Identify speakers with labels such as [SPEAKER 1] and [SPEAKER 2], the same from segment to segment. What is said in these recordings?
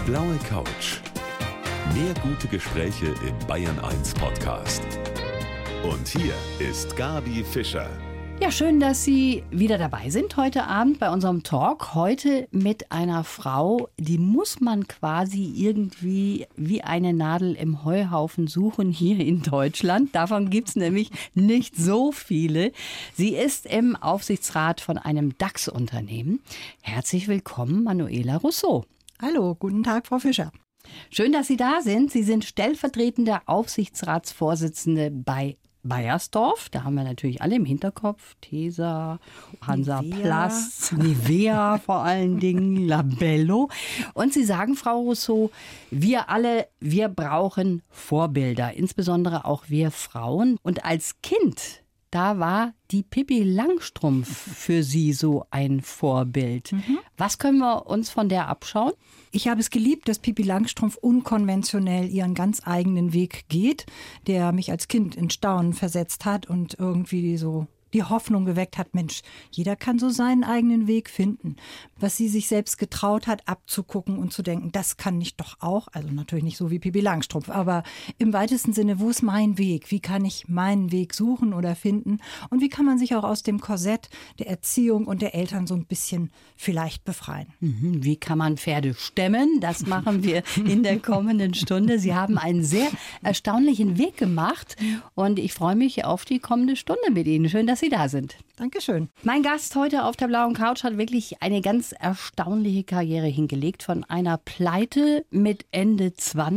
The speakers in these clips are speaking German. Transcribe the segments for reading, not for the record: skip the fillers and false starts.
[SPEAKER 1] blaue Couch. Mehr gute Gespräche im Bayern 1 Podcast. Und hier ist Gabi Fischer.
[SPEAKER 2] Ja, schön, dass Sie wieder dabei sind heute Abend bei unserem Talk. Heute mit einer Frau, die muss man quasi irgendwie wie eine Nadel im Heuhaufen suchen hier in Deutschland. Davon gibt es nämlich nicht so viele. Sie ist im Aufsichtsrat von einem DAX-Unternehmen. Herzlich willkommen, Manuela Rousseau.
[SPEAKER 3] Hallo, guten Tag, Frau Fischer.
[SPEAKER 2] Schön, dass Sie da sind. Sie sind stellvertretende Aufsichtsratsvorsitzende bei Beiersdorf, da haben wir natürlich alle im Hinterkopf, Tesa, Hansaplast, Nivea vor allen Dingen, Labello. Und Sie sagen, Frau Rousseau, wir brauchen Vorbilder, insbesondere auch wir Frauen. Und als Kind, da war die Pippi Langstrumpf für Sie so ein Vorbild. Was können wir uns von der abschauen?
[SPEAKER 3] Ich habe es geliebt, dass Pippi Langstrumpf unkonventionell ihren ganz eigenen Weg geht, der mich als Kind in Staunen versetzt hat und irgendwie so die Hoffnung geweckt hat, Mensch, jeder kann so seinen eigenen Weg finden. Was sie sich selbst getraut hat, abzugucken und zu denken, das kann ich doch auch. Also natürlich nicht so wie Pippi Langstrumpf, aber im weitesten Sinne, wo ist mein Weg? Wie kann ich meinen Weg suchen oder finden? Und wie kann man sich auch aus dem Korsett der Erziehung und der Eltern so ein bisschen vielleicht befreien?
[SPEAKER 2] Wie kann man Pferde stemmen? Das machen wir in der kommenden Stunde. Sie haben einen sehr erstaunlichen Weg gemacht und ich freue mich auf die kommende Stunde mit Ihnen. Schön, dass Sie da sind.
[SPEAKER 3] Dankeschön.
[SPEAKER 2] Mein Gast heute auf der blauen Couch hat wirklich eine ganz erstaunliche Karriere hingelegt. Von einer Pleite mit Ende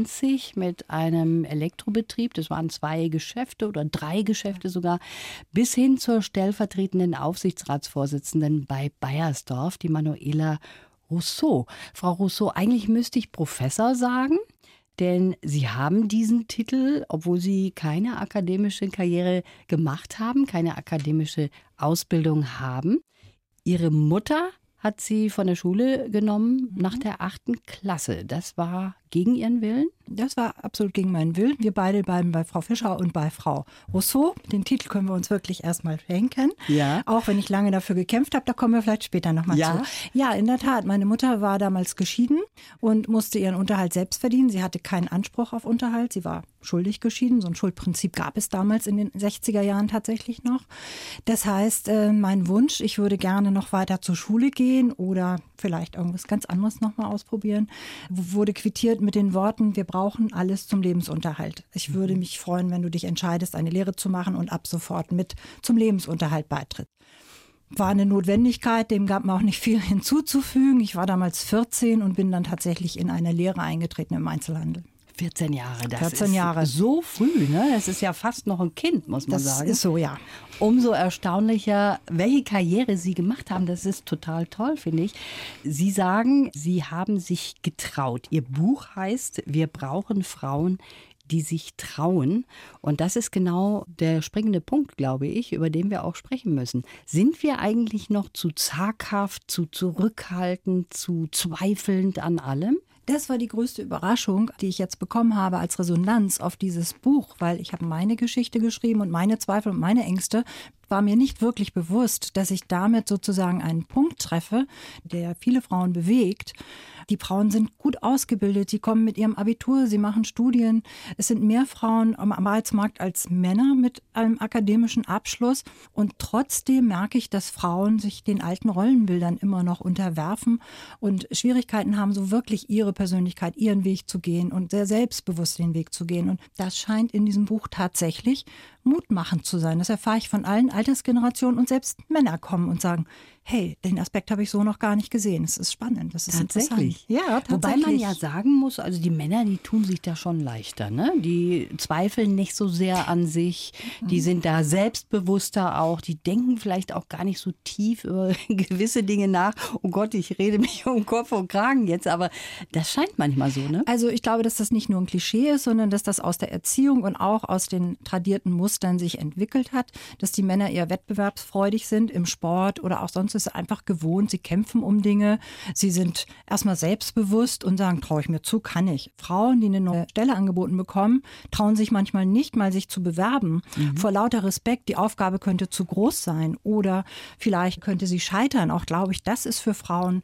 [SPEAKER 2] 20 mit einem Elektrobetrieb, das waren 2 Geschäfte oder 3 Geschäfte sogar, bis hin zur stellvertretenden Aufsichtsratsvorsitzenden bei Beiersdorf, die Manuela Rousseau. Frau Rousseau, eigentlich müsste ich Professor sagen. Denn Sie haben diesen Titel, obwohl Sie keine akademische Karriere gemacht haben, keine akademische Ausbildung haben. Ihre Mutter hat Sie von der Schule genommen nach der 8. Klasse. Das war gegen Ihren Willen?
[SPEAKER 3] Das war absolut gegen meinen Willen. Wir beide bleiben bei Frau Fischer und bei Frau Rousseau. Den Titel können wir uns wirklich erstmal schenken.
[SPEAKER 2] Ja.
[SPEAKER 3] Auch wenn ich lange dafür gekämpft habe, da kommen wir vielleicht später nochmal zu. Ja, in der Tat. Meine Mutter war damals geschieden und musste ihren Unterhalt selbst verdienen. Sie hatte keinen Anspruch auf Unterhalt. Sie war schuldig geschieden. So ein Schuldprinzip gab es damals in den 60er Jahren tatsächlich noch. Das heißt, mein Wunsch, ich würde gerne noch weiter zur Schule gehen oder vielleicht irgendwas ganz anderes nochmal ausprobieren, wurde quittiert mit den Worten, wir brauchen alles zum Lebensunterhalt. Ich würde mich freuen, wenn du dich entscheidest, eine Lehre zu machen und ab sofort mit zum Lebensunterhalt beitrittst. War eine Notwendigkeit, dem gab man auch nicht viel hinzuzufügen. Ich war damals 14 und bin dann tatsächlich in eine Lehre eingetreten im Einzelhandel.
[SPEAKER 2] 14 Jahre, das
[SPEAKER 3] 14 Jahre.
[SPEAKER 2] Ist so früh, ne? Das ist ja fast noch ein Kind, muss man sagen.
[SPEAKER 3] Das ist so, ja.
[SPEAKER 2] Umso erstaunlicher, welche Karriere Sie gemacht haben. Das ist total toll, finde ich. Sie sagen, Sie haben sich getraut. Ihr Buch heißt, wir brauchen Frauen, die sich trauen. Und das ist genau der springende Punkt, glaube ich, über den wir auch sprechen müssen. Sind wir eigentlich noch zu zaghaft, zu zurückhaltend, zu zweifelnd an allem?
[SPEAKER 3] Das war die größte Überraschung, die ich jetzt bekommen habe als Resonanz auf dieses Buch, weil ich habe meine Geschichte geschrieben und meine Zweifel und meine Ängste. War mir nicht wirklich bewusst, dass ich damit sozusagen einen Punkt treffe, der viele Frauen bewegt. Die Frauen sind gut ausgebildet, sie kommen mit ihrem Abitur, sie machen Studien. Es sind mehr Frauen am Arbeitsmarkt als Männer mit einem akademischen Abschluss. Und trotzdem merke ich, dass Frauen sich den alten Rollenbildern immer noch unterwerfen und Schwierigkeiten haben, so wirklich ihre Persönlichkeit, ihren Weg zu gehen und sehr selbstbewusst den Weg zu gehen. Und das scheint in diesem Buch tatsächlich mutmachend zu sein. Das erfahre ich von allen Altersgenerationen und selbst Männer kommen und sagen, hey, den Aspekt habe ich so noch gar nicht gesehen. Es ist spannend, das ist
[SPEAKER 2] tatsächlich.
[SPEAKER 3] Interessant. Ja, tatsächlich.
[SPEAKER 2] Wobei man ja sagen muss, also die Männer, die tun sich da schon leichter, ne? Die zweifeln nicht so sehr an sich, die sind da selbstbewusster auch, die denken vielleicht auch gar nicht so tief über gewisse Dinge nach. Oh Gott, ich rede mich um Kopf und Kragen jetzt, aber das scheint manchmal so, ne?
[SPEAKER 3] Also ich glaube, dass das nicht nur ein Klischee ist, sondern dass das aus der Erziehung und auch aus den tradierten Mustern sich entwickelt hat, dass die Männer eher wettbewerbsfreudig sind im Sport oder auch sonst ist einfach gewohnt, sie kämpfen um Dinge, sie sind erstmal selbstbewusst und sagen, traue ich mir zu, kann ich. Frauen, die eine neue Stelle angeboten bekommen, trauen sich manchmal nicht mal, sich zu bewerben. Vor lauter Respekt, die Aufgabe könnte zu groß sein oder vielleicht könnte sie scheitern. Auch glaube ich, das ist für Frauen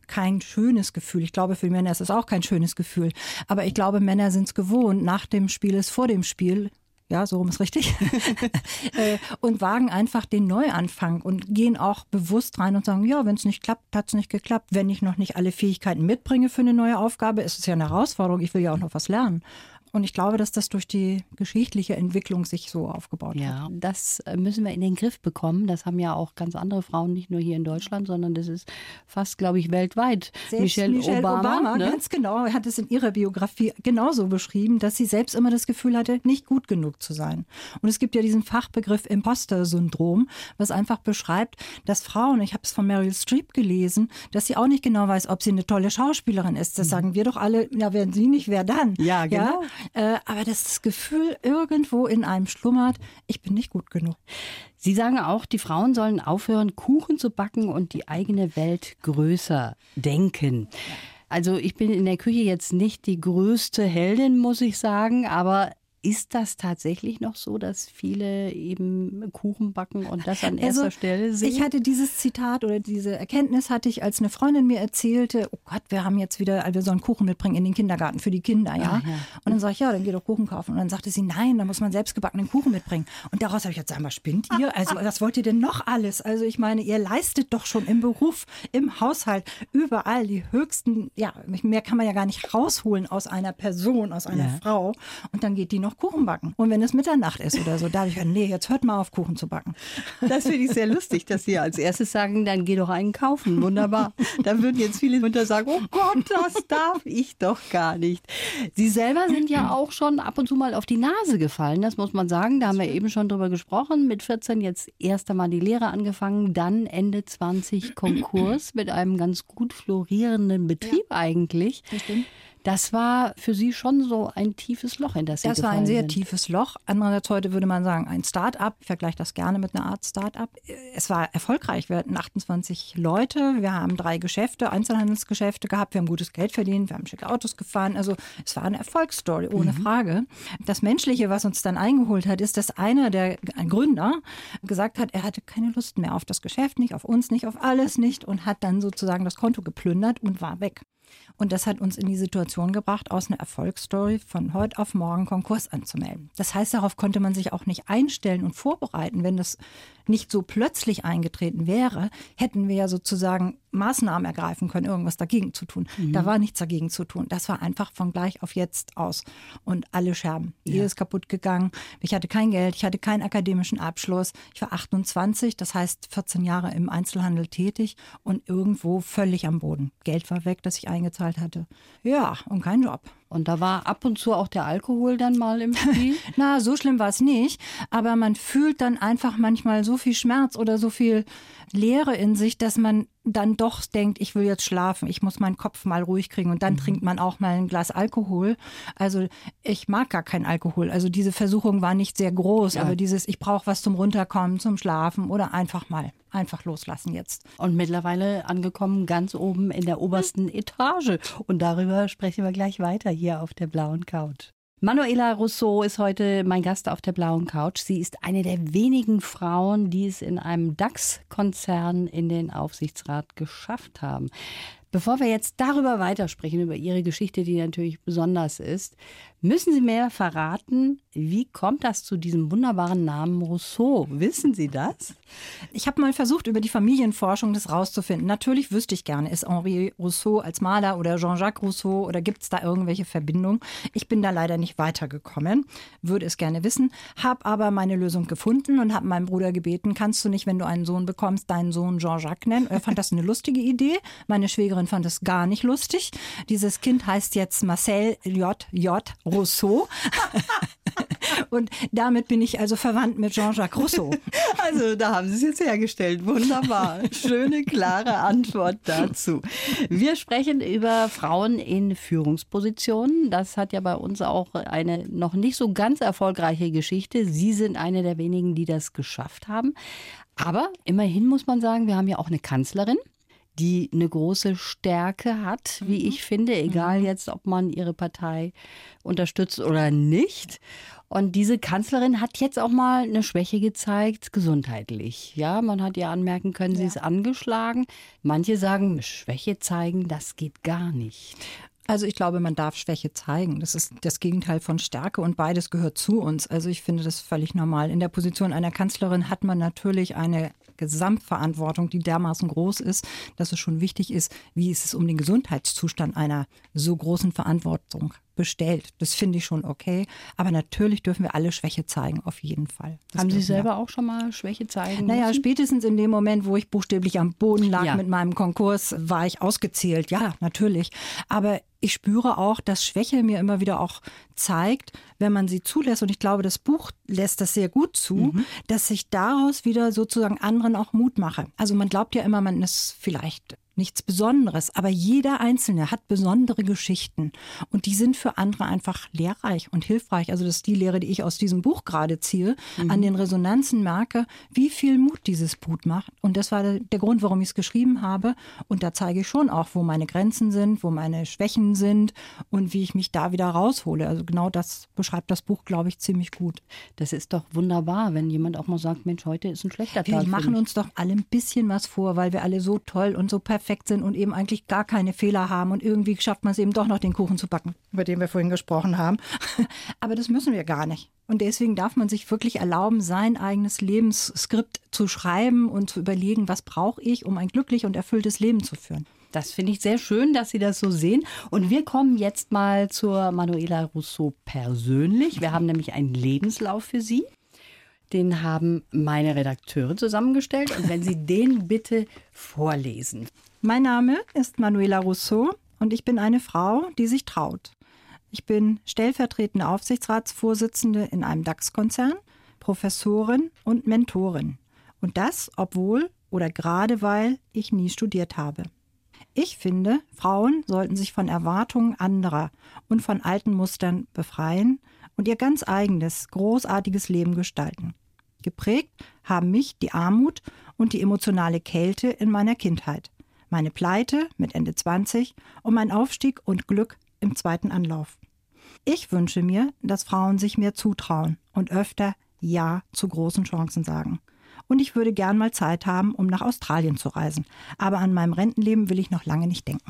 [SPEAKER 3] kein schönes Gefühl. Ich glaube, für Männer ist es auch kein schönes Gefühl. Aber ich glaube, Männer sind es gewohnt, nach dem Spiel ist vor dem Spiel. Ja, so rum ist richtig. Und wagen einfach den Neuanfang und gehen auch bewusst rein und sagen, ja, wenn es nicht klappt, hat es nicht geklappt. Wenn ich noch nicht alle Fähigkeiten mitbringe für eine neue Aufgabe, ist es ja eine Herausforderung. Ich will ja auch noch was lernen. Und ich glaube, dass das durch die geschichtliche Entwicklung sich so aufgebaut hat.
[SPEAKER 2] Ja, das müssen wir in den Griff bekommen. Das haben ja auch ganz andere Frauen, nicht nur hier in Deutschland, sondern das ist fast, glaube ich, weltweit.
[SPEAKER 3] Selbst Michelle Obama,
[SPEAKER 2] ne?
[SPEAKER 3] Ganz genau, hat es in ihrer Biografie genauso beschrieben, dass sie selbst immer das Gefühl hatte, nicht gut genug zu sein. Und es gibt ja diesen Fachbegriff Imposter-Syndrom, was einfach beschreibt, dass Frauen, ich habe es von Meryl Streep gelesen, dass sie auch nicht genau weiß, ob sie eine tolle Schauspielerin ist. Das sagen wir doch alle, ja, wenn sie nicht, wer dann?
[SPEAKER 2] Ja, genau.
[SPEAKER 3] Ja? Aber dass das Gefühl irgendwo in einem schlummert, ich bin nicht gut genug.
[SPEAKER 2] Sie sagen auch, die Frauen sollen aufhören, Kuchen zu backen und die eigene Welt größer denken. Also ich bin in der Küche jetzt nicht die größte Heldin, muss ich sagen, aber ist das tatsächlich noch so, dass viele eben Kuchen backen und das an erster Stelle sehen?
[SPEAKER 3] Ich hatte dieses Zitat oder diese Erkenntnis hatte ich, als eine Freundin mir erzählte, oh Gott, wir haben jetzt wieder, wir sollen Kuchen mitbringen in den Kindergarten für die Kinder, ja.
[SPEAKER 2] Ja.
[SPEAKER 3] Und dann sage ich, ja, dann geh doch Kuchen kaufen. Und dann sagte sie, nein, da muss man selbstgebackenen Kuchen mitbringen. Und daraus habe ich jetzt, sag mal, spinnt ihr? Also was wollt ihr denn noch alles? Also ich meine, ihr leistet doch schon im Beruf, im Haushalt, überall die höchsten, ja, mehr kann man ja gar nicht rausholen aus einer Person, aus einer Frau. Und dann geht die noch Kuchen backen. Und wenn es Mitternacht ist oder so, darf ich hören, nee, jetzt hört mal auf, Kuchen zu backen.
[SPEAKER 2] Das finde ich sehr lustig, dass Sie als erstes sagen, dann geh doch einen kaufen. Wunderbar. Da würden jetzt viele Mütter sagen, oh Gott, das darf ich doch gar nicht. Sie selber sind ja auch schon ab und zu mal auf die Nase gefallen, das muss man sagen. Da haben wir eben schon drüber gesprochen. Mit 14 jetzt erst einmal die Lehre angefangen, dann Ende 20 Konkurs mit einem ganz gut florierenden Betrieb eigentlich.
[SPEAKER 3] Das stimmt.
[SPEAKER 2] Das war für Sie schon so ein tiefes Loch, in das Sie
[SPEAKER 3] Das war
[SPEAKER 2] gefallen
[SPEAKER 3] ein sehr
[SPEAKER 2] sind.
[SPEAKER 3] tiefes Loch. Andererseits heute würde man sagen, ein Start-up. Ich vergleiche das gerne mit einer Art Start-up. Es war erfolgreich. Wir hatten 28 Leute. Wir haben 3 Geschäfte, Einzelhandelsgeschäfte gehabt. Wir haben gutes Geld verdient. Wir haben schicke Autos gefahren. Also es war eine Erfolgsstory, ohne Frage. Das Menschliche, was uns dann eingeholt hat, ist, dass ein Gründer gesagt hat, er hatte keine Lust mehr auf das Geschäft, nicht auf uns, nicht auf alles nicht und hat dann sozusagen das Konto geplündert und war weg. Und das hat uns in die Situation gebracht, aus einer Erfolgsstory von heute auf morgen Konkurs anzumelden. Das heißt, darauf konnte man sich auch nicht einstellen und vorbereiten. Wenn das nicht so plötzlich eingetreten wäre, hätten wir ja sozusagen Maßnahmen ergreifen können, irgendwas dagegen zu tun. Da war nichts dagegen zu tun. Das war einfach von gleich auf jetzt aus. Und alle Scherben. Ehe ist kaputt gegangen. Ich hatte kein Geld, ich hatte keinen akademischen Abschluss. Ich war 28, das heißt 14 Jahre im Einzelhandel tätig und irgendwo völlig am Boden. Geld war weg, das ich eingezahlt hatte. Ja, und kein Job.
[SPEAKER 2] Und da war ab und zu auch der Alkohol dann mal im Spiel?
[SPEAKER 3] Na, so schlimm war es nicht. Aber man fühlt dann einfach manchmal so viel Schmerz oder so viel Leere in sich, dass man dann doch denkt, ich will jetzt schlafen, ich muss meinen Kopf mal ruhig kriegen und dann trinkt man auch mal ein Glas Alkohol. Also ich mag gar keinen Alkohol. Also diese Versuchung war nicht sehr groß, aber dieses, ich brauche was zum Runterkommen, zum Schlafen oder einfach loslassen jetzt.
[SPEAKER 2] Und mittlerweile angekommen ganz oben in der obersten Etage. Und darüber sprechen wir gleich weiter hier auf der blauen Couch. Manuela Rousseau ist heute mein Gast auf der blauen Couch. Sie ist eine der wenigen Frauen, die es in einem DAX-Konzern in den Aufsichtsrat geschafft haben. Bevor wir jetzt darüber weitersprechen, über Ihre Geschichte, die natürlich besonders ist, müssen Sie mir verraten, wie kommt das zu diesem wunderbaren Namen Rousseau? Wissen Sie das?
[SPEAKER 3] Ich habe mal versucht, über die Familienforschung das rauszufinden. Natürlich wüsste ich gerne, ist Henri Rousseau als Maler oder Jean-Jacques Rousseau oder gibt es da irgendwelche Verbindungen? Ich bin da leider nicht weitergekommen, würde es gerne wissen, habe aber meine Lösung gefunden und habe meinen Bruder gebeten, kannst du nicht, wenn du einen Sohn bekommst, deinen Sohn Jean-Jacques nennen? Er fand das eine lustige Idee. Meine Schwägerin fand das gar nicht lustig. Dieses Kind heißt jetzt Marcel J. Rousseau. Und damit bin ich also verwandt mit Jean-Jacques Rousseau.
[SPEAKER 2] Also da haben Sie es jetzt hergestellt. Wunderbar. Schöne, klare Antwort dazu. Wir sprechen über Frauen in Führungspositionen. Das hat ja bei uns auch eine noch nicht so ganz erfolgreiche Geschichte. Sie sind eine der wenigen, die das geschafft haben. Aber immerhin muss man sagen, wir haben ja auch eine Kanzlerin. die eine große Stärke hat, wie ich finde, egal jetzt, ob man ihre Partei unterstützt oder nicht. Und diese Kanzlerin hat jetzt auch mal eine Schwäche gezeigt, gesundheitlich. Ja, man hat ihr anmerken können, sie ist angeschlagen. Manche sagen, Schwäche zeigen, das geht gar nicht.
[SPEAKER 3] Also ich glaube, man darf Schwäche zeigen. Das ist das Gegenteil von Stärke und beides gehört zu uns. Also ich finde das völlig normal. In der Position einer Kanzlerin hat man natürlich eine Gesamtverantwortung, die dermaßen groß ist, dass es schon wichtig ist, wie ist es um den Gesundheitszustand einer so großen Verantwortung bestellt. Das finde ich schon okay. Aber natürlich dürfen wir alle Schwäche zeigen, auf jeden Fall.
[SPEAKER 2] Haben Sie selber auch schon mal Schwäche zeigen
[SPEAKER 3] müssen? Spätestens in dem Moment, wo ich buchstäblich am Boden lag mit meinem Konkurs, war ich ausgezählt. Ja, natürlich. Aber ich spüre auch, dass Schwäche mir immer wieder auch zeigt, wenn man sie zulässt, und ich glaube, das Buch lässt das sehr gut zu, dass ich daraus wieder sozusagen anderen auch Mut mache. Also man glaubt ja immer, man ist vielleicht nichts Besonderes, aber jeder Einzelne hat besondere Geschichten und die sind für andere einfach lehrreich und hilfreich. Also das ist die Lehre, die ich aus diesem Buch gerade ziehe, an den Resonanzen merke, wie viel Mut dieses Buch macht. Und das war der Grund, warum ich es geschrieben habe. Und da zeige ich schon auch, wo meine Grenzen sind, wo meine Schwächen sind und wie ich mich da wieder raushole. Also genau das beschreibt das Buch, glaube ich, ziemlich gut.
[SPEAKER 2] Das ist doch wunderbar, wenn jemand auch mal sagt, Mensch, heute ist ein schlechter Tag.
[SPEAKER 3] Wir machen uns doch alle ein bisschen was vor, weil wir alle so toll und so perfekt sind und eben eigentlich gar keine Fehler haben und irgendwie schafft man es eben doch noch, den Kuchen zu backen, über den wir vorhin gesprochen haben. Aber das müssen wir gar nicht. Und deswegen darf man sich wirklich erlauben, sein eigenes Lebensskript zu schreiben und zu überlegen, was brauche ich, um ein glücklich und erfülltes Leben zu führen.
[SPEAKER 2] Das finde ich sehr schön, dass Sie das so sehen. Und wir kommen jetzt mal zur Manuela Rousseau persönlich. Wir haben nämlich einen Lebenslauf für Sie. Den haben meine Redakteure zusammengestellt. Und wenn Sie den bitte vorlesen.
[SPEAKER 3] Mein Name ist Manuela Rousseau und ich bin eine Frau, die sich traut. Ich bin stellvertretende Aufsichtsratsvorsitzende in einem DAX-Konzern, Professorin und Mentorin. Und das, obwohl oder gerade weil ich nie studiert habe. Ich finde, Frauen sollten sich von Erwartungen anderer und von alten Mustern befreien und ihr ganz eigenes, großartiges Leben gestalten. Geprägt haben mich die Armut und die emotionale Kälte in meiner Kindheit, meine Pleite mit Ende 20 und mein Aufstieg und Glück im zweiten Anlauf. Ich wünsche mir, dass Frauen sich mehr zutrauen und öfter Ja zu großen Chancen sagen. Und ich würde gern mal Zeit haben, um nach Australien zu reisen. Aber an meinem Rentenleben will ich noch lange nicht denken.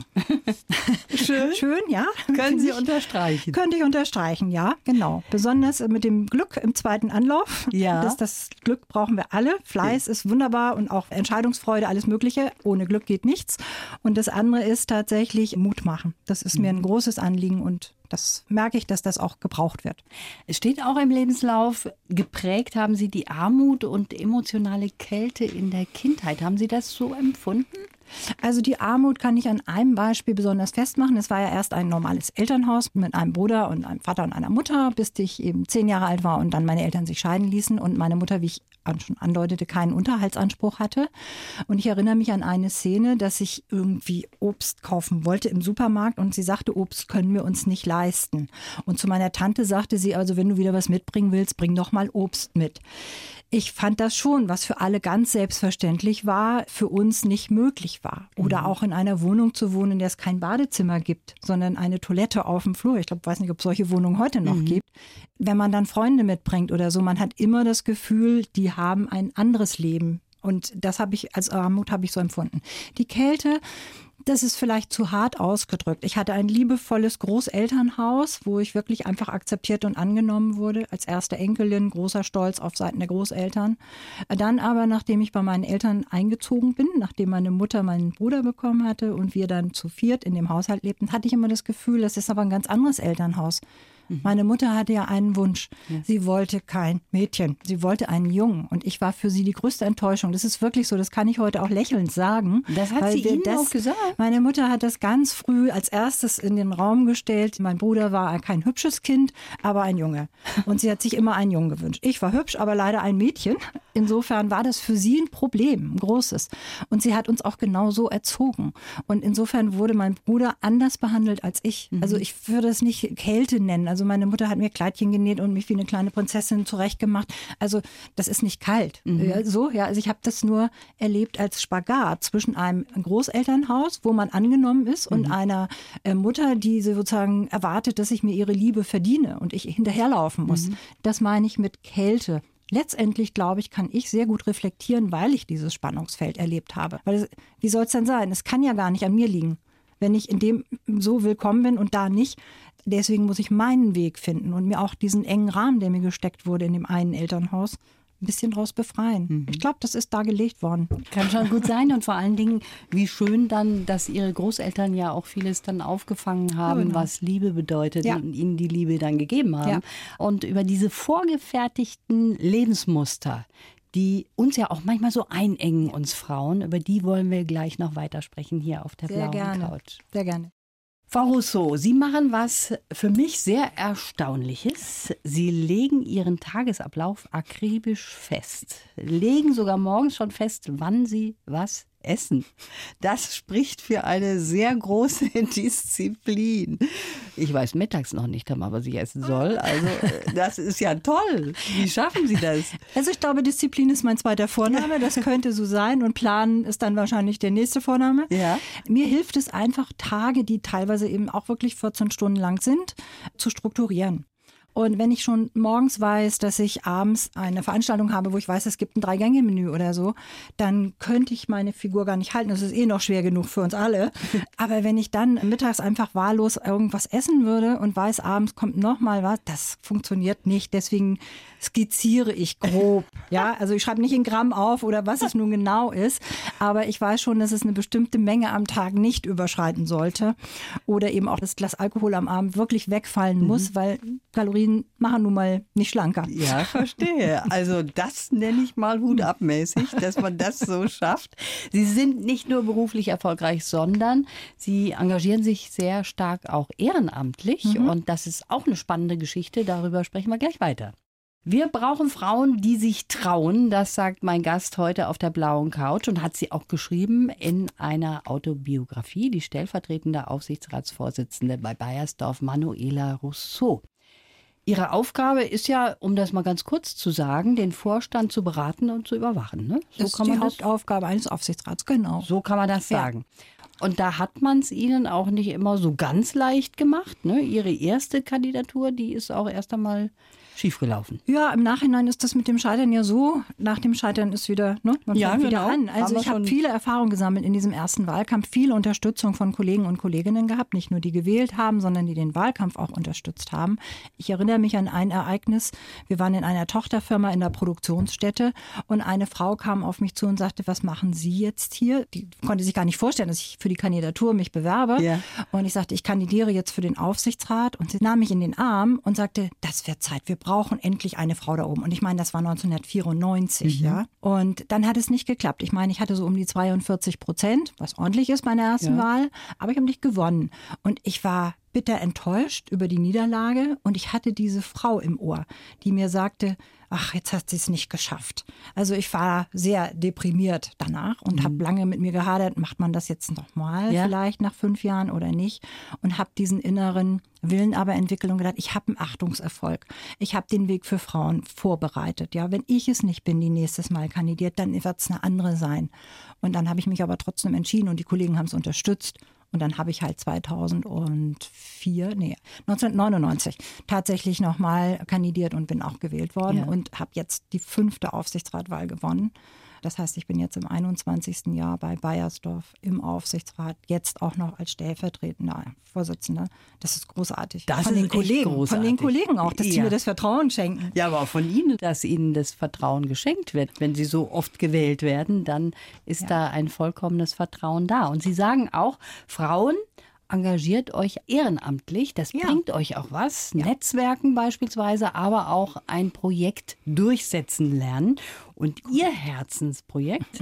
[SPEAKER 2] Schön.
[SPEAKER 3] Schön, ja.
[SPEAKER 2] Können Sie unterstreichen?
[SPEAKER 3] Könnte ich unterstreichen, ja, genau. Besonders mit dem Glück im zweiten Anlauf.
[SPEAKER 2] Ja.
[SPEAKER 3] Das Glück brauchen wir alle. Fleiß ist wunderbar und auch Entscheidungsfreude, alles Mögliche. Ohne Glück geht nichts. Und das andere ist tatsächlich Mut machen. Das ist mir ein großes Anliegen und das merke ich, dass das auch gebraucht wird.
[SPEAKER 2] Es steht auch im Lebenslauf, geprägt haben Sie die Armut und emotionale Kälte in der Kindheit. Haben Sie das so empfunden?
[SPEAKER 3] Also die Armut kann ich an einem Beispiel besonders festmachen. Es war ja erst ein normales Elternhaus mit einem Bruder und einem Vater und einer Mutter, bis ich eben 10 Jahre alt war und dann meine Eltern sich scheiden ließen und meine Mutter, wie ich schon andeutete, keinen Unterhaltsanspruch hatte. Und ich erinnere mich an eine Szene, dass ich irgendwie Obst kaufen wollte im Supermarkt und sie sagte, Obst können wir uns nicht leisten. Und zu meiner Tante sagte sie, also wenn du wieder was mitbringen willst, bring doch mal Obst mit. Ich fand das schon, was für alle ganz selbstverständlich war, für uns nicht möglich war. Oder auch in einer Wohnung zu wohnen, in der es kein Badezimmer gibt, sondern eine Toilette auf dem Flur. Ich glaube, weiß nicht, ob es solche Wohnungen heute noch gibt. Wenn man dann Freunde mitbringt oder so, man hat immer das Gefühl, die haben ein anderes Leben. Und das habe ich als Armut so empfunden. Die Kälte, das ist vielleicht zu hart ausgedrückt. Ich hatte ein liebevolles Großelternhaus, wo ich wirklich einfach akzeptiert und angenommen wurde. Als erste Enkelin, großer Stolz auf Seiten der Großeltern. Dann aber, nachdem ich bei meinen Eltern eingezogen bin, nachdem meine Mutter meinen Bruder bekommen hatte und wir dann zu viert in dem Haushalt lebten, hatte ich immer das Gefühl, das ist aber ein ganz anderes Elternhaus. Meine Mutter hatte ja einen Wunsch. Ja. Sie wollte kein Mädchen. Sie wollte einen Jungen. Und ich war für sie die größte Enttäuschung. Das ist wirklich so. Das kann ich heute auch lächelnd sagen.
[SPEAKER 2] Das hat sie Ihnen auch gesagt?
[SPEAKER 3] Meine Mutter hat das ganz früh als erstes in den Raum gestellt. Mein Bruder war kein hübsches Kind, aber ein Junge. Und sie hat sich immer einen Jungen gewünscht. Ich war hübsch, aber leider ein Mädchen. insofern war das für sie ein Problem, ein großes. Und sie hat uns auch genau so erzogen. Und insofern wurde mein Bruder anders behandelt als ich. Also ich würde es nicht Kälte nennen. Also meine Mutter hat mir Kleidchen genäht und mich wie eine kleine Prinzessin zurechtgemacht. Also das ist nicht kalt. Also ich habe das nur erlebt als Spagat zwischen einem Großelternhaus, wo man angenommen ist, und einer Mutter, die sozusagen erwartet, dass ich mir ihre Liebe verdiene und ich hinterherlaufen muss. Das meine ich mit Kälte. Letztendlich, glaube ich, kann ich sehr gut reflektieren, weil ich dieses Spannungsfeld erlebt habe. Weil wie soll es denn sein? Es kann ja gar nicht an mir liegen, wenn ich in dem so willkommen bin und da nicht. Deswegen muss ich meinen Weg finden und mir auch diesen engen Rahmen, der mir gesteckt wurde in dem einen Elternhaus, ein bisschen draus befreien. Ich glaube, das ist da gelegt worden.
[SPEAKER 2] Kann schon gut sein, und vor allen Dingen, wie schön dann, dass Ihre Großeltern ja auch vieles dann aufgefangen haben, was Liebe bedeutet, und Ihnen die Liebe dann gegeben haben. Ja. Und über diese vorgefertigten Lebensmuster, die uns ja auch manchmal so einengen, uns Frauen, über die wollen wir gleich noch weitersprechen hier auf der blauen Couch.
[SPEAKER 3] Sehr gerne.
[SPEAKER 2] Frau Rousseau, Sie machen was für mich sehr Erstaunliches. Sie legen Ihren Tagesablauf akribisch fest. Legen sogar morgens schon fest, wann Sie was essen. Das spricht für eine sehr große Disziplin. Ich weiß mittags noch nicht einmal, was ich essen soll. Also das ist ja toll. Wie schaffen Sie das?
[SPEAKER 3] Also ich glaube, Disziplin ist mein zweiter Vorname. Das könnte so sein. Und Planen ist dann wahrscheinlich der nächste Vorname. Ja. Mir hilft es einfach, Tage, die teilweise eben auch wirklich 14 Stunden lang sind, zu strukturieren. Und wenn ich schon morgens weiß, dass ich abends eine Veranstaltung habe, wo ich weiß, es gibt ein 3-Gänge-Menü oder so, dann könnte ich meine Figur gar nicht halten. Das ist noch schwer genug für uns alle. Aber wenn ich dann mittags einfach wahllos irgendwas essen würde und weiß, abends kommt noch mal was, das funktioniert nicht. Deswegen skizziere ich grob. Ja, also ich schreibe nicht in Gramm auf oder was es nun genau ist. Aber ich weiß schon, dass es eine bestimmte Menge am Tag nicht überschreiten sollte. Oder eben auch das Glas Alkohol am Abend wirklich wegfallen muss, weil Kalorien machen nun mal nicht schlanker.
[SPEAKER 2] Ja, verstehe. Also das nenne ich mal hutabmäßig, dass man das so schafft. Sie sind nicht nur beruflich erfolgreich, sondern Sie engagieren sich sehr stark auch ehrenamtlich. Und das ist auch eine spannende Geschichte. Darüber sprechen wir gleich weiter. Wir brauchen Frauen, die sich trauen. Das sagt mein Gast heute auf der blauen Couch und hat sie auch geschrieben in einer Autobiografie, die stellvertretende Aufsichtsratsvorsitzende bei Beiersdorf, Manuela Rousseau. Ihre Aufgabe ist ja, um das mal ganz kurz zu sagen, den Vorstand zu beraten und zu überwachen. Ne?
[SPEAKER 3] So das ist die Hauptaufgabe eines Aufsichtsrats, genau.
[SPEAKER 2] So kann man das sagen. Und da hat man es Ihnen auch nicht immer so ganz leicht gemacht. Ne? Ihre erste Kandidatur, die ist auch erst einmal schiefgelaufen.
[SPEAKER 3] Ja, im Nachhinein ist das mit dem Scheitern ja so. Nach dem Scheitern ist wieder, man fängt wieder an. Also ich habe viele Erfahrungen gesammelt in diesem ersten Wahlkampf, viel Unterstützung von Kollegen und Kolleginnen gehabt, nicht nur die gewählt haben, sondern die den Wahlkampf auch unterstützt haben. Ich erinnere mich an ein Ereignis. Wir waren in einer Tochterfirma in der Produktionsstätte und eine Frau kam auf mich zu und sagte, was machen Sie jetzt hier? Die konnte sich gar nicht vorstellen, dass ich für die Kandidatur mich bewerbe. Ja. Und ich sagte, ich kandidiere jetzt für den Aufsichtsrat. Und sie nahm mich in den Arm und sagte, das wird Zeit, wir brauchen endlich eine Frau da oben. Und ich meine, das war 1994, ja. Und dann hat es nicht geklappt. Ich meine, ich hatte so um die 42%, was ordentlich ist bei der ersten Wahl, aber ich habe nicht gewonnen. Und ich war bitter enttäuscht über die Niederlage und ich hatte diese Frau im Ohr, die mir sagte, ach, jetzt hat sie es nicht geschafft. Also ich war sehr deprimiert danach und habe lange mit mir gehadert, macht man das jetzt nochmal vielleicht nach 5 Jahren oder nicht? Und habe diesen inneren Willen aber entwickelt und gedacht, ich habe einen Achtungserfolg. Ich habe den Weg für Frauen vorbereitet. Ja, wenn ich es nicht bin, die nächstes Mal kandidiert, dann wird es eine andere sein. Und dann habe ich mich aber trotzdem entschieden und die Kollegen haben es unterstützt. Und dann habe ich halt 1999 tatsächlich nochmal kandidiert und bin auch gewählt worden und habe jetzt die 5. Aufsichtsratwahl gewonnen. Das heißt, ich bin jetzt im 21. Jahr bei Beiersdorf im Aufsichtsrat, jetzt auch noch als stellvertretender Vorsitzender. Das ist großartig.
[SPEAKER 2] Das ist echt großartig.
[SPEAKER 3] Von den Kollegen auch, dass sie mir das Vertrauen schenken.
[SPEAKER 2] Ja, aber auch von Ihnen, dass Ihnen das Vertrauen geschenkt wird. Wenn Sie so oft gewählt werden, dann ist da ein vollkommenes Vertrauen da. Und Sie sagen auch, Frauen, engagiert euch ehrenamtlich, das bringt euch auch was. Netzwerken beispielsweise, aber auch ein Projekt durchsetzen lernen. Und Ihr Herzensprojekt,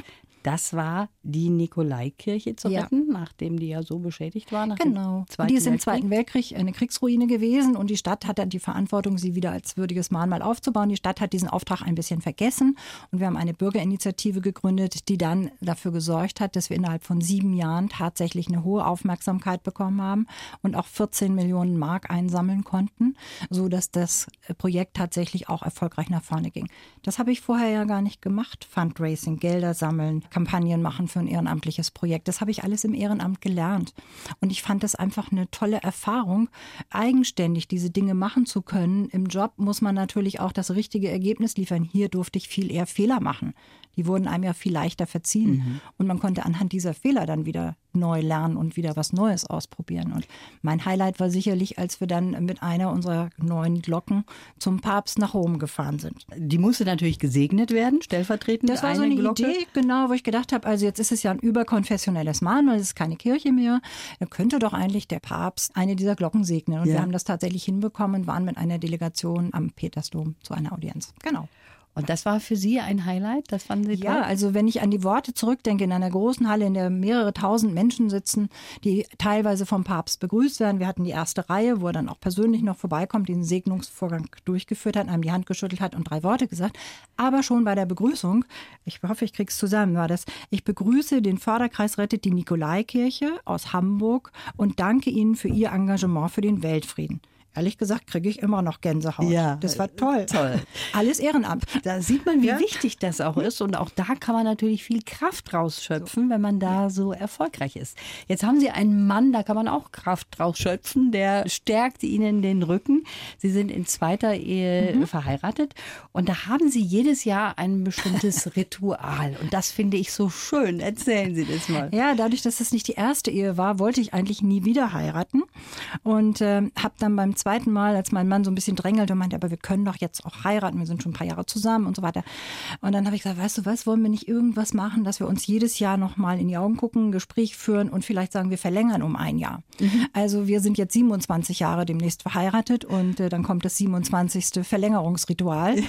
[SPEAKER 2] Das war die Nikolaikirche zu retten, nachdem die ja so beschädigt war.
[SPEAKER 3] Genau. Die ist im Zweiten Weltkrieg eine Kriegsruine gewesen und die Stadt hat dann die Verantwortung, sie wieder als würdiges Mahnmal aufzubauen. Die Stadt hat diesen Auftrag ein bisschen vergessen und wir haben eine Bürgerinitiative gegründet, die dann dafür gesorgt hat, dass wir innerhalb von 7 Jahren tatsächlich eine hohe Aufmerksamkeit bekommen haben und auch 14 Millionen Mark einsammeln konnten, sodass das Projekt tatsächlich auch erfolgreich nach vorne ging. Das habe ich vorher ja gar nicht gemacht. Fundraising, Gelder sammeln, Kampagnen machen für ein ehrenamtliches Projekt. Das habe ich alles im Ehrenamt gelernt. Und ich fand das einfach eine tolle Erfahrung, eigenständig diese Dinge machen zu können. Im Job muss man natürlich auch das richtige Ergebnis liefern. Hier durfte ich viel eher Fehler machen. Die wurden einem ja viel leichter verziehen. Und man konnte anhand dieser Fehler dann wieder neu lernen und wieder was Neues ausprobieren. Und mein Highlight war sicherlich, als wir dann mit einer unserer neuen Glocken zum Papst nach Rom gefahren sind.
[SPEAKER 2] Die musste natürlich gesegnet werden, stellvertretend.
[SPEAKER 3] Das war so eine
[SPEAKER 2] Glocke.
[SPEAKER 3] Idee, genau, wo ich gedacht habe, also jetzt ist es ja ein überkonfessionelles Mahnmal, es ist keine Kirche mehr. Da könnte doch eigentlich der Papst eine dieser Glocken segnen. Und wir haben das tatsächlich hinbekommen und waren mit einer Delegation am Petersdom zu einer Audienz. Genau.
[SPEAKER 2] Und das war für Sie ein Highlight? Das fanden Sie toll?
[SPEAKER 3] Ja, also wenn ich an die Worte zurückdenke, in einer großen Halle, in der mehrere tausend Menschen sitzen, die teilweise vom Papst begrüßt werden. Wir hatten die erste Reihe, wo er dann auch persönlich noch vorbeikommt, den Segnungsvorgang durchgeführt hat, einem die Hand geschüttelt hat und 3 Worte gesagt. Aber schon bei der Begrüßung, ich hoffe, ich krieg's zusammen, war das: Ich begrüße den Förderkreis Rettet die Nikolaikirche aus Hamburg und danke Ihnen für Ihr Engagement für den Weltfrieden. Ehrlich gesagt kriege ich immer noch Gänsehaut.
[SPEAKER 2] Ja,
[SPEAKER 3] das war toll. Alles Ehrenamt.
[SPEAKER 2] Da sieht man, wie wichtig das auch ist. Und auch da kann man natürlich viel Kraft rausschöpfen, wenn man da so erfolgreich ist. Jetzt haben Sie einen Mann, da kann man auch Kraft rausschöpfen. Der stärkt Ihnen den Rücken. Sie sind in 2. Ehe verheiratet. Und da haben Sie jedes Jahr ein bestimmtes Ritual. Und das finde ich so schön. Erzählen Sie das mal.
[SPEAKER 3] Ja, dadurch, dass das nicht die erste Ehe war, wollte ich eigentlich nie wieder heiraten. Und habe dann beim 2. Mal, als mein Mann so ein bisschen drängelte und meinte, aber wir können doch jetzt auch heiraten, wir sind schon ein paar Jahre zusammen und so weiter. Und dann habe ich gesagt, weißt du was, wollen wir nicht irgendwas machen, dass wir uns jedes Jahr noch mal in die Augen gucken, ein Gespräch führen und vielleicht sagen, wir verlängern um 1 Jahr. Also wir sind jetzt 27 Jahre demnächst verheiratet und dann kommt das 27. Verlängerungsritual,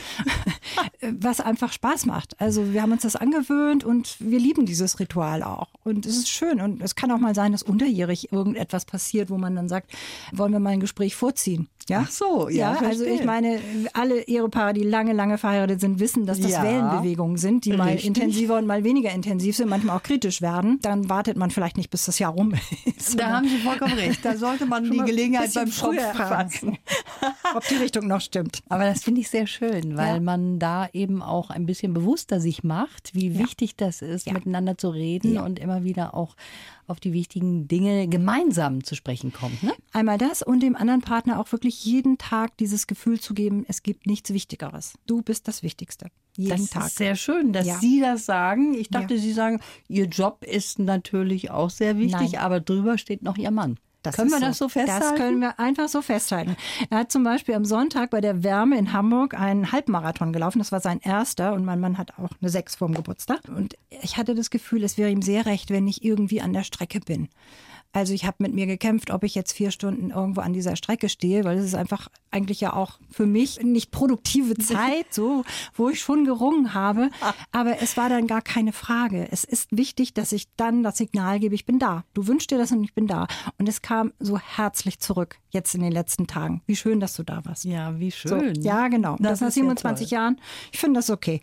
[SPEAKER 3] was einfach Spaß macht. Also wir haben uns das angewöhnt und wir lieben dieses Ritual auch. Und es ist schön und es kann auch mal sein, dass unterjährig irgendetwas passiert, wo man dann sagt, wollen wir mal ein Gespräch vorziehen. Ja?
[SPEAKER 2] Ach so, ja.
[SPEAKER 3] Also ich meine, alle Ehepaare, die lange, lange verheiratet sind, wissen, dass das Wellenbewegungen sind, die mal intensiver und mal weniger intensiv sind, manchmal auch kritisch werden. Dann wartet man vielleicht nicht, bis das Jahr rum ist.
[SPEAKER 2] Da haben Sie vollkommen recht. Da sollte man die Gelegenheit beim Schopf fassen.
[SPEAKER 3] Ob die Richtung noch stimmt.
[SPEAKER 2] Aber das finde ich sehr schön, weil man da eben auch ein bisschen bewusster sich macht, wie wichtig das ist, miteinander zu reden und immer wieder auch auf die wichtigen Dinge gemeinsam zu sprechen kommt. Ne?
[SPEAKER 3] Einmal das und dem anderen Partner auch wirklich jeden Tag dieses Gefühl zu geben, es gibt nichts Wichtigeres. Du bist das Wichtigste. Jeden Tag.
[SPEAKER 2] Das ist sehr schön, dass Sie das sagen. Ich dachte, Sie sagen, Ihr Job ist natürlich auch sehr wichtig, aber drüber steht noch Ihr Mann. Können wir das so festhalten?
[SPEAKER 3] Das können wir einfach so festhalten. Er hat zum Beispiel am Sonntag bei der Wärme in Hamburg einen Halbmarathon gelaufen. Das war sein erster und mein Mann hat auch eine 6 vorm Geburtstag. Und ich hatte das Gefühl, es wäre ihm sehr recht, wenn ich irgendwie an der Strecke bin. Also ich habe mit mir gekämpft, ob ich jetzt 4 Stunden irgendwo an dieser Strecke stehe, weil es ist einfach eigentlich ja auch für mich nicht produktive Zeit, so, wo ich schon gerungen habe. Aber es war dann gar keine Frage. Es ist wichtig, dass ich dann das Signal gebe, ich bin da. Du wünschst dir das und ich bin da. Und es kam so herzlich zurück, jetzt in den letzten Tagen. Wie schön, dass du da warst.
[SPEAKER 2] Ja, wie schön.
[SPEAKER 3] So, ja, genau. Das nach 27 Jahren. Ich finde das okay.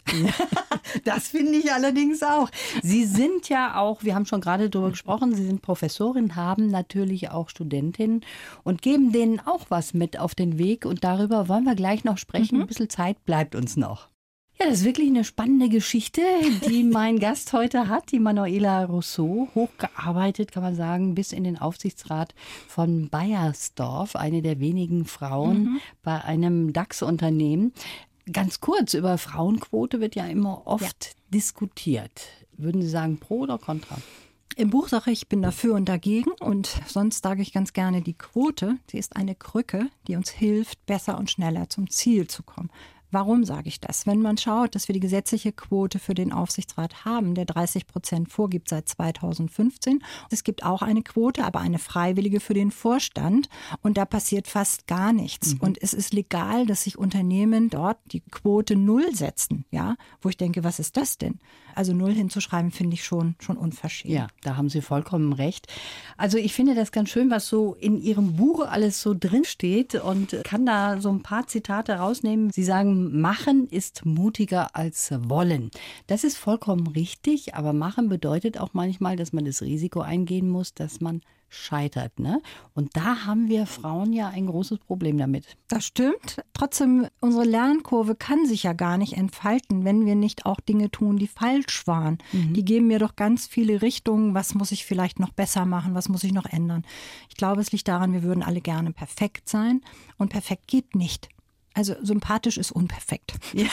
[SPEAKER 2] Das finde ich allerdings auch. Sie sind ja auch, wir haben schon gerade darüber gesprochen, Sie sind Professorin, haben natürlich auch Studentinnen und geben denen auch was mit auf den Weg. Und darüber wollen wir gleich noch sprechen. Ein bisschen Zeit bleibt uns noch. Ja, das ist wirklich eine spannende Geschichte, die mein Gast heute hat, die Manuela Rousseau, hochgearbeitet, kann man sagen, bis in den Aufsichtsrat von Beiersdorf, eine der wenigen Frauen bei einem DAX-Unternehmen. Ganz kurz, über Frauenquote wird ja immer oft diskutiert. Würden Sie sagen, pro oder contra?
[SPEAKER 3] Im Buch sage ich, bin dafür und dagegen und sonst sage ich ganz gerne, die Quote, sie ist eine Krücke, die uns hilft, besser und schneller zum Ziel zu kommen. Warum sage ich das? Wenn man schaut, dass wir die gesetzliche Quote für den Aufsichtsrat haben, der 30% vorgibt seit 2015. Es gibt auch eine Quote, aber eine freiwillige für den Vorstand. Und da passiert fast gar nichts. Und es ist legal, dass sich Unternehmen dort die Quote 0 setzen. Ja, wo ich denke, was ist das denn? Also 0 hinzuschreiben, finde ich schon unverschämt.
[SPEAKER 2] Ja, da haben Sie vollkommen recht. Also ich finde das ganz schön, was so in Ihrem Buch alles so drin steht und kann da so ein paar Zitate rausnehmen. Sie sagen, machen ist mutiger als wollen. Das ist vollkommen richtig, aber machen bedeutet auch manchmal, dass man das Risiko eingehen muss, dass man scheitert, ne? Und da haben wir Frauen ja ein großes Problem damit.
[SPEAKER 3] Das stimmt. Trotzdem, unsere Lernkurve kann sich ja gar nicht entfalten, wenn wir nicht auch Dinge tun, die falsch waren. Die geben mir doch ganz viele Richtungen. Was muss ich vielleicht noch besser machen? Was muss ich noch ändern? Ich glaube, es liegt daran, wir würden alle gerne perfekt sein. Und perfekt geht nicht. Also sympathisch ist unperfekt.
[SPEAKER 2] Ja.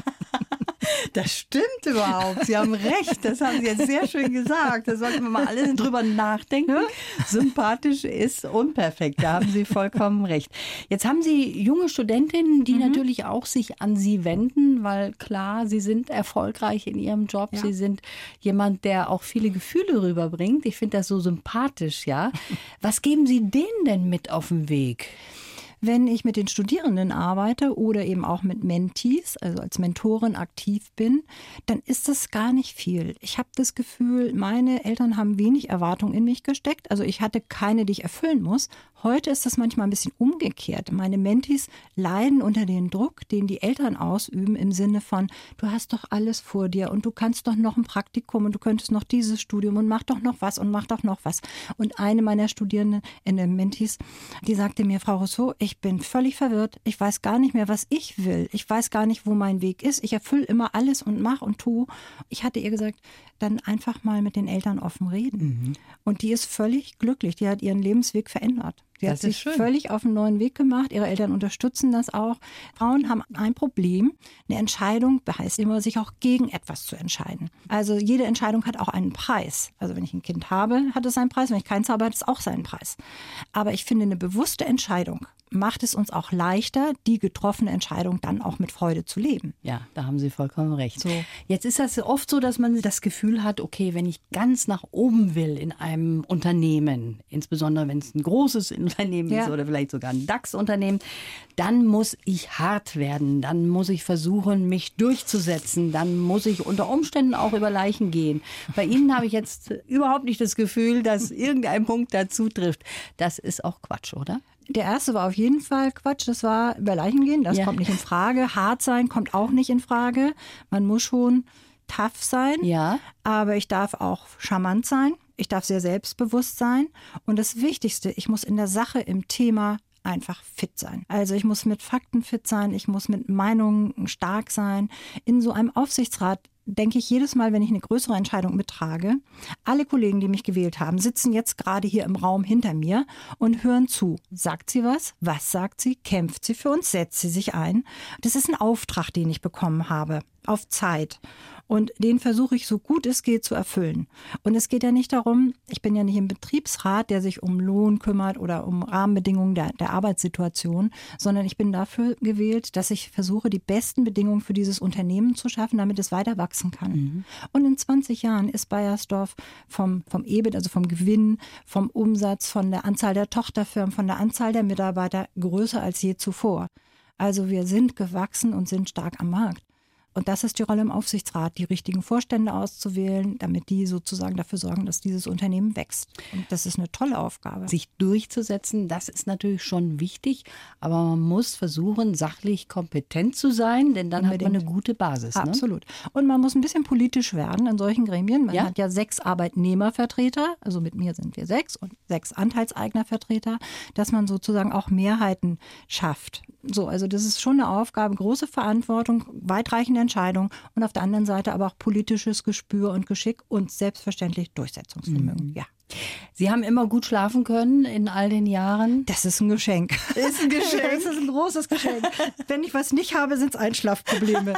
[SPEAKER 2] Das stimmt überhaupt. Sie haben recht. Das haben Sie jetzt sehr schön gesagt. Da sollten wir mal alle drüber nachdenken. Sympathisch ist unperfekt. Da haben Sie vollkommen recht. Jetzt haben Sie junge Studentinnen, die natürlich auch sich an Sie wenden, weil klar, Sie sind erfolgreich in Ihrem Job.
[SPEAKER 3] Ja.
[SPEAKER 2] Sie sind jemand, der auch viele Gefühle rüberbringt. Ich finde das so sympathisch, ja. Was geben Sie denen denn mit auf den Weg?
[SPEAKER 3] Wenn ich mit den Studierenden arbeite oder eben auch mit Mentees, also als Mentorin aktiv bin, dann ist das gar nicht viel. Ich habe das Gefühl, meine Eltern haben wenig Erwartung in mich gesteckt. Also ich hatte keine, die ich erfüllen muss. Heute ist das manchmal ein bisschen umgekehrt. Meine Mentees leiden unter dem Druck, den die Eltern ausüben, im Sinne von, du hast doch alles vor dir und du kannst doch noch ein Praktikum und du könntest noch dieses Studium und mach doch noch was und mach doch noch was. Und eine meiner Studierenden, Mentees, die sagte mir, Frau Rousseau, ich bin völlig verwirrt. Ich weiß gar nicht mehr, was ich will. Ich weiß gar nicht, wo mein Weg ist. Ich erfülle immer alles und mache und tue. Ich hatte ihr gesagt, dann einfach mal mit den Eltern offen reden. Und die ist völlig glücklich. Die hat ihren Lebensweg verändert. Die hat sich völlig auf einen neuen Weg gemacht. Ihre Eltern unterstützen das auch. Frauen haben ein Problem. Eine Entscheidung heißt immer, sich auch gegen etwas zu entscheiden. Also jede Entscheidung hat auch einen Preis. Also wenn ich ein Kind habe, hat es einen Preis. Wenn ich keins habe, hat es auch seinen Preis. Aber ich finde, eine bewusste Entscheidung macht es uns auch leichter, die getroffene Entscheidung dann auch mit Freude zu leben.
[SPEAKER 2] Ja, da haben Sie vollkommen recht.
[SPEAKER 3] So.
[SPEAKER 2] Jetzt ist das oft so, dass man das Gefühl hat, okay, wenn ich ganz nach oben will in einem Unternehmen, insbesondere wenn es ein großes Unternehmen ist oder vielleicht sogar ein DAX-Unternehmen, dann muss ich hart werden, dann muss ich versuchen, mich durchzusetzen, dann muss ich unter Umständen auch über Leichen gehen. Bei Ihnen habe ich jetzt überhaupt nicht das Gefühl, dass irgendein Punkt dazu trifft. Das ist auch Quatsch, oder?
[SPEAKER 3] Der erste war auf jeden Fall Quatsch, das war über Leichen gehen, das kommt nicht in Frage. Hart sein kommt auch nicht in Frage. Man muss schon tough sein, aber ich darf auch charmant sein, ich darf sehr selbstbewusst sein. Und das Wichtigste, ich muss in der Sache, im Thema einfach fit sein. Also ich muss mit Fakten fit sein, ich muss mit Meinungen stark sein. In so einem Aufsichtsrat denke ich jedes Mal, wenn ich eine größere Entscheidung mittrage, alle Kollegen, die mich gewählt haben, sitzen jetzt gerade hier im Raum hinter mir und hören zu. Sagt sie was? Was sagt sie? Kämpft sie für uns? Setzt sie sich ein? Das ist ein Auftrag, den ich bekommen habe, auf Zeit. Und den versuche ich, so gut es geht, zu erfüllen. Und es geht ja nicht darum, ich bin ja nicht im Betriebsrat, der sich um Lohn kümmert oder um Rahmenbedingungen der Arbeitssituation, sondern ich bin dafür gewählt, dass ich versuche, die besten Bedingungen für dieses Unternehmen zu schaffen, damit es weiter wachsen kann. Und in 20 Jahren ist Beiersdorf vom EBIT, also vom Gewinn, vom Umsatz, von der Anzahl der Tochterfirmen, von der Anzahl der Mitarbeiter größer als je zuvor. Also wir sind gewachsen und sind stark am Markt. Und das ist die Rolle im Aufsichtsrat, die richtigen Vorstände auszuwählen, damit die sozusagen dafür sorgen, dass dieses Unternehmen wächst. Und das ist eine tolle Aufgabe.
[SPEAKER 2] Sich durchzusetzen, das ist natürlich schon wichtig, aber man muss versuchen, sachlich kompetent zu sein, denn dann hat man eine gute Basis. Ne?
[SPEAKER 3] Absolut. Und man muss ein bisschen politisch werden in solchen Gremien. Man hat ja 6 Arbeitnehmervertreter, also mit mir sind wir 6 und 6 Anteilseignervertreter, dass man sozusagen auch Mehrheiten schafft. So, also das ist schon eine Aufgabe, große Verantwortung, weitreichende Entscheidung und auf der anderen Seite aber auch politisches Gespür und Geschick und selbstverständlich Durchsetzungsvermögen. Ja.
[SPEAKER 2] Sie haben immer gut schlafen können in all den Jahren?
[SPEAKER 3] Das ist ein Geschenk.
[SPEAKER 2] Ist ein Geschenk.
[SPEAKER 3] Das ist ein großes Geschenk. Wenn ich was nicht habe, sind es Einschlafprobleme.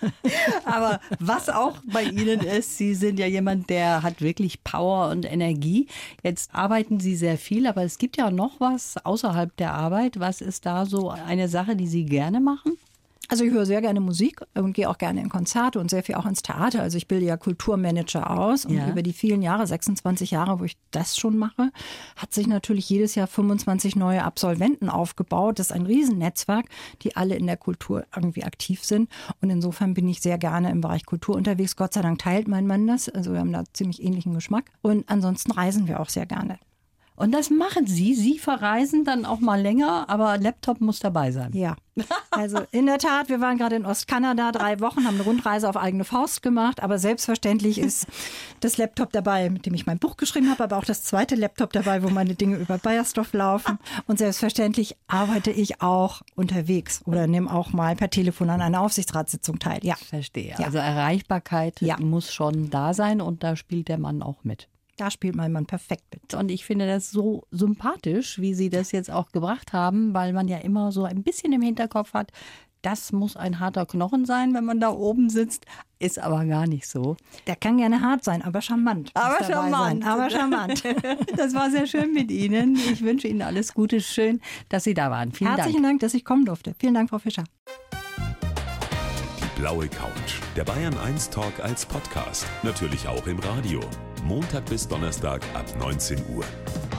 [SPEAKER 2] Aber was auch bei Ihnen ist, Sie sind ja jemand, der hat wirklich Power und Energie. Jetzt arbeiten Sie sehr viel, aber es gibt ja noch was außerhalb der Arbeit. Was ist da so eine Sache, die Sie gerne machen?
[SPEAKER 3] Also ich höre sehr gerne Musik und gehe auch gerne in Konzerte und sehr viel auch ins Theater. Also ich bilde ja Kulturmanager aus und über die vielen Jahre, 26 Jahre, wo ich das schon mache, hat sich natürlich jedes Jahr 25 neue Absolventen aufgebaut. Das ist ein Riesennetzwerk, die alle in der Kultur irgendwie aktiv sind. Und insofern bin ich sehr gerne im Bereich Kultur unterwegs. Gott sei Dank teilt mein Mann das. Also wir haben da ziemlich ähnlichen Geschmack. Und ansonsten reisen wir auch sehr gerne.
[SPEAKER 2] Und das machen Sie. Sie verreisen dann auch mal länger, aber Laptop muss dabei sein.
[SPEAKER 3] Ja, also in der Tat, wir waren gerade in Ostkanada 3 Wochen, haben eine Rundreise auf eigene Faust gemacht, aber selbstverständlich ist das Laptop dabei, mit dem ich mein Buch geschrieben habe, aber auch das zweite Laptop dabei, wo meine Dinge über Bayersdorf laufen. Und selbstverständlich arbeite ich auch unterwegs oder nehme auch mal per Telefon an einer Aufsichtsratssitzung teil. Ja,
[SPEAKER 2] verstehe.
[SPEAKER 3] Ja.
[SPEAKER 2] Also Erreichbarkeit muss schon da sein und da spielt der Mann auch mit.
[SPEAKER 3] Da spielt mein Mann perfekt mit.
[SPEAKER 2] Und ich finde das so sympathisch, wie Sie das jetzt auch gebracht haben, weil man ja immer so ein bisschen im Hinterkopf hat, das muss ein harter Knochen sein, wenn man da oben sitzt. Ist aber gar nicht so.
[SPEAKER 3] Der kann gerne hart sein, aber charmant.
[SPEAKER 2] Aber charmant.
[SPEAKER 3] Aber charmant.
[SPEAKER 2] Das war sehr schön mit Ihnen. Ich wünsche Ihnen alles Gute. Schön, dass Sie da waren. Vielen Dank.
[SPEAKER 3] Herzlichen Dank, dass ich kommen durfte. Vielen Dank, Frau Fischer.
[SPEAKER 1] Die blaue Couch. Der Bayern 1 Talk als Podcast. Natürlich auch im Radio. Montag bis Donnerstag ab 19 Uhr.